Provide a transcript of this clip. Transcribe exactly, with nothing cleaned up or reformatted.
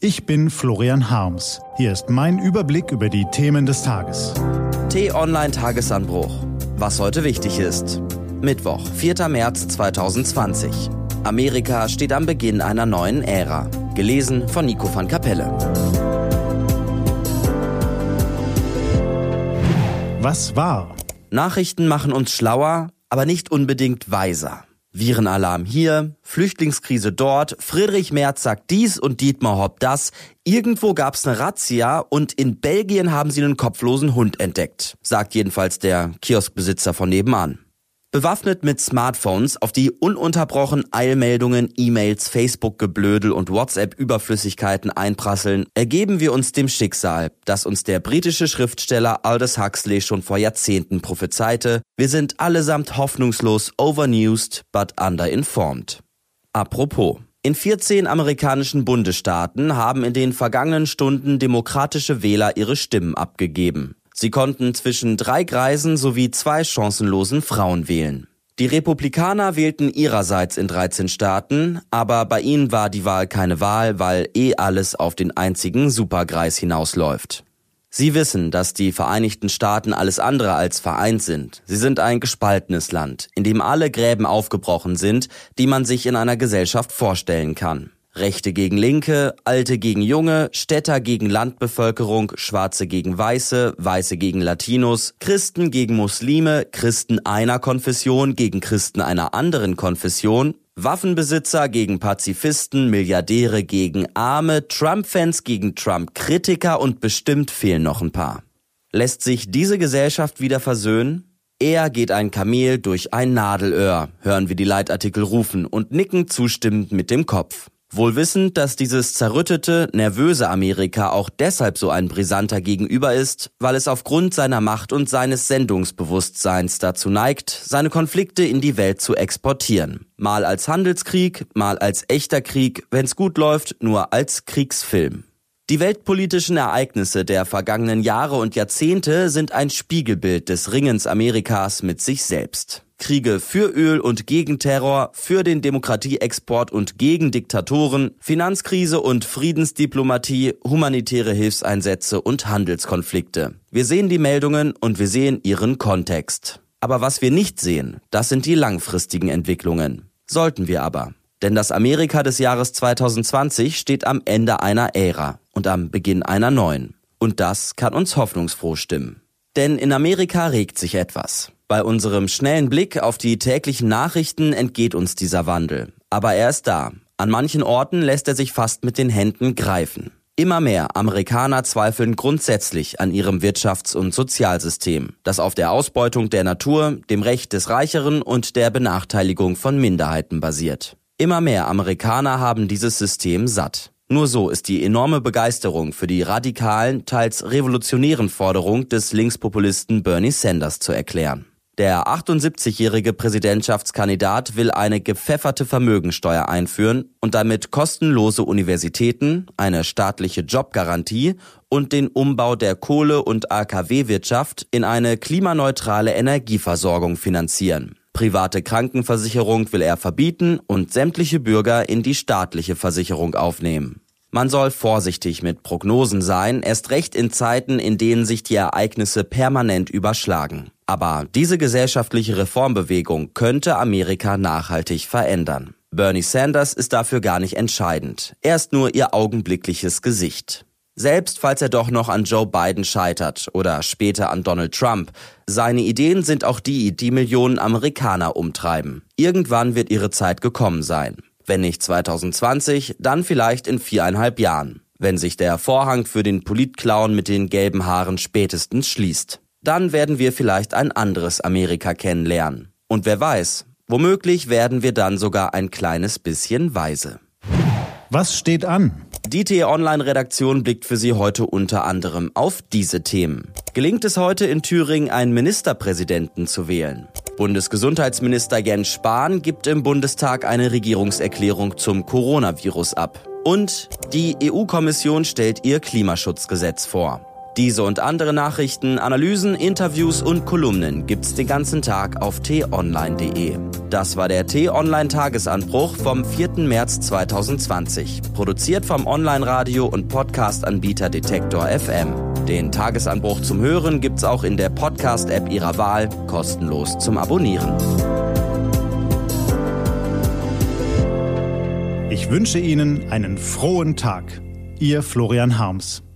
Ich bin Florian Harms. Hier ist mein Überblick über die Themen des Tages. T-Online-Tagesanbruch. Was heute wichtig ist. Mittwoch, vierter März zweitausendzwanzig. Amerika steht am Beginn einer neuen Ära. Gelesen von Nico van Kapelle. Was war? Nachrichten machen uns schlauer, aber nicht unbedingt weiser. Virenalarm hier, Flüchtlingskrise dort, Friedrich Merz sagt dies und Dietmar Hopp das. Irgendwo gab's eine Razzia und in Belgien haben sie einen kopflosen Hund entdeckt, sagt jedenfalls der Kioskbesitzer von nebenan. Bewaffnet mit Smartphones, auf die ununterbrochen Eilmeldungen, E-Mails, Facebook-Geblödel und WhatsApp-Überflüssigkeiten einprasseln, ergeben wir uns dem Schicksal, das uns der britische Schriftsteller Aldous Huxley schon vor Jahrzehnten prophezeite. Wir sind allesamt hoffnungslos overnewsed, but underinformed. Apropos. In vierzehn amerikanischen Bundesstaaten haben in den vergangenen Stunden demokratische Wähler ihre Stimmen abgegeben. Sie konnten zwischen drei Greisen sowie zwei chancenlosen Frauen wählen. Die Republikaner wählten ihrerseits in dreizehn Staaten, aber bei ihnen war die Wahl keine Wahl, weil eh alles auf den einzigen Supergreis hinausläuft. Sie wissen, dass die Vereinigten Staaten alles andere als vereint sind. Sie sind ein gespaltenes Land, in dem alle Gräben aufgebrochen sind, die man sich in einer Gesellschaft vorstellen kann. Rechte gegen Linke, Alte gegen Junge, Städter gegen Landbevölkerung, Schwarze gegen Weiße, Weiße gegen Latinos, Christen gegen Muslime, Christen einer Konfession gegen Christen einer anderen Konfession, Waffenbesitzer gegen Pazifisten, Milliardäre gegen Arme, Trump-Fans gegen Trump-Kritiker und bestimmt fehlen noch ein paar. Lässt sich diese Gesellschaft wieder versöhnen? Eher geht ein Kamel durch ein Nadelöhr, hören wir die Leitartikel rufen und nicken zustimmend mit dem Kopf. Wohl wissend, dass dieses zerrüttete, nervöse Amerika auch deshalb so ein brisanter Gegenüber ist, weil es aufgrund seiner Macht und seines Sendungsbewusstseins dazu neigt, seine Konflikte in die Welt zu exportieren. Mal als Handelskrieg, mal als echter Krieg, wenn's gut läuft, nur als Kriegsfilm. Die weltpolitischen Ereignisse der vergangenen Jahre und Jahrzehnte sind ein Spiegelbild des Ringens Amerikas mit sich selbst. Kriege für Öl und gegen Terror, für den Demokratieexport und gegen Diktatoren, Finanzkrise und Friedensdiplomatie, humanitäre Hilfseinsätze und Handelskonflikte. Wir sehen die Meldungen und wir sehen ihren Kontext. Aber was wir nicht sehen, das sind die langfristigen Entwicklungen. Sollten wir aber. Denn das Amerika des Jahres zweitausendzwanzig steht am Ende einer Ära und am Beginn einer neuen. Und das kann uns hoffnungsfroh stimmen. Denn in Amerika regt sich etwas. Bei unserem schnellen Blick auf die täglichen Nachrichten entgeht uns dieser Wandel. Aber er ist da. An manchen Orten lässt er sich fast mit den Händen greifen. Immer mehr Amerikaner zweifeln grundsätzlich an ihrem Wirtschafts- und Sozialsystem, das auf der Ausbeutung der Natur, dem Recht des Reicheren und der Benachteiligung von Minderheiten basiert. Immer mehr Amerikaner haben dieses System satt. Nur so ist die enorme Begeisterung für die radikalen, teils revolutionären Forderungen des Linkspopulisten Bernie Sanders zu erklären. Der achtundsiebzigjährige Präsidentschaftskandidat will eine gepfefferte Vermögensteuer einführen und damit kostenlose Universitäten, eine staatliche Jobgarantie und den Umbau der Kohle- und A K W-Wirtschaft in eine klimaneutrale Energieversorgung finanzieren. Private Krankenversicherung will er verbieten und sämtliche Bürger in die staatliche Versicherung aufnehmen. Man soll vorsichtig mit Prognosen sein, erst recht in Zeiten, in denen sich die Ereignisse permanent überschlagen. Aber diese gesellschaftliche Reformbewegung könnte Amerika nachhaltig verändern. Bernie Sanders ist dafür gar nicht entscheidend. Er ist nur ihr augenblickliches Gesicht. Selbst falls er doch noch an Joe Biden scheitert oder später an Donald Trump. Seine Ideen sind auch die, die Millionen Amerikaner umtreiben. Irgendwann wird ihre Zeit gekommen sein. Wenn nicht zweitausendzwanzig, dann vielleicht in viereinhalb Jahren. Wenn sich der Vorhang für den Politclown mit den gelben Haaren spätestens schließt. Dann werden wir vielleicht ein anderes Amerika kennenlernen. Und wer weiß, womöglich werden wir dann sogar ein kleines bisschen weise. Was steht an? Die T-Online-Redaktion blickt für Sie heute unter anderem auf diese Themen. Gelingt es heute in Thüringen, einen Ministerpräsidenten zu wählen? Bundesgesundheitsminister Jens Spahn gibt im Bundestag eine Regierungserklärung zum Coronavirus ab. Und die E U-Kommission stellt ihr Klimaschutzgesetz vor. Diese und andere Nachrichten, Analysen, Interviews und Kolumnen gibt's den ganzen Tag auf t online punkt de. Das war der T-Online-Tagesanbruch vom vierten März zweitausendzwanzig. Produziert vom Online-Radio- und Podcast-Anbieter Detektor F M. Den Tagesanbruch zum Hören gibt's auch in der Podcast-App Ihrer Wahl, kostenlos zum Abonnieren. Ich wünsche Ihnen einen frohen Tag. Ihr Florian Harms.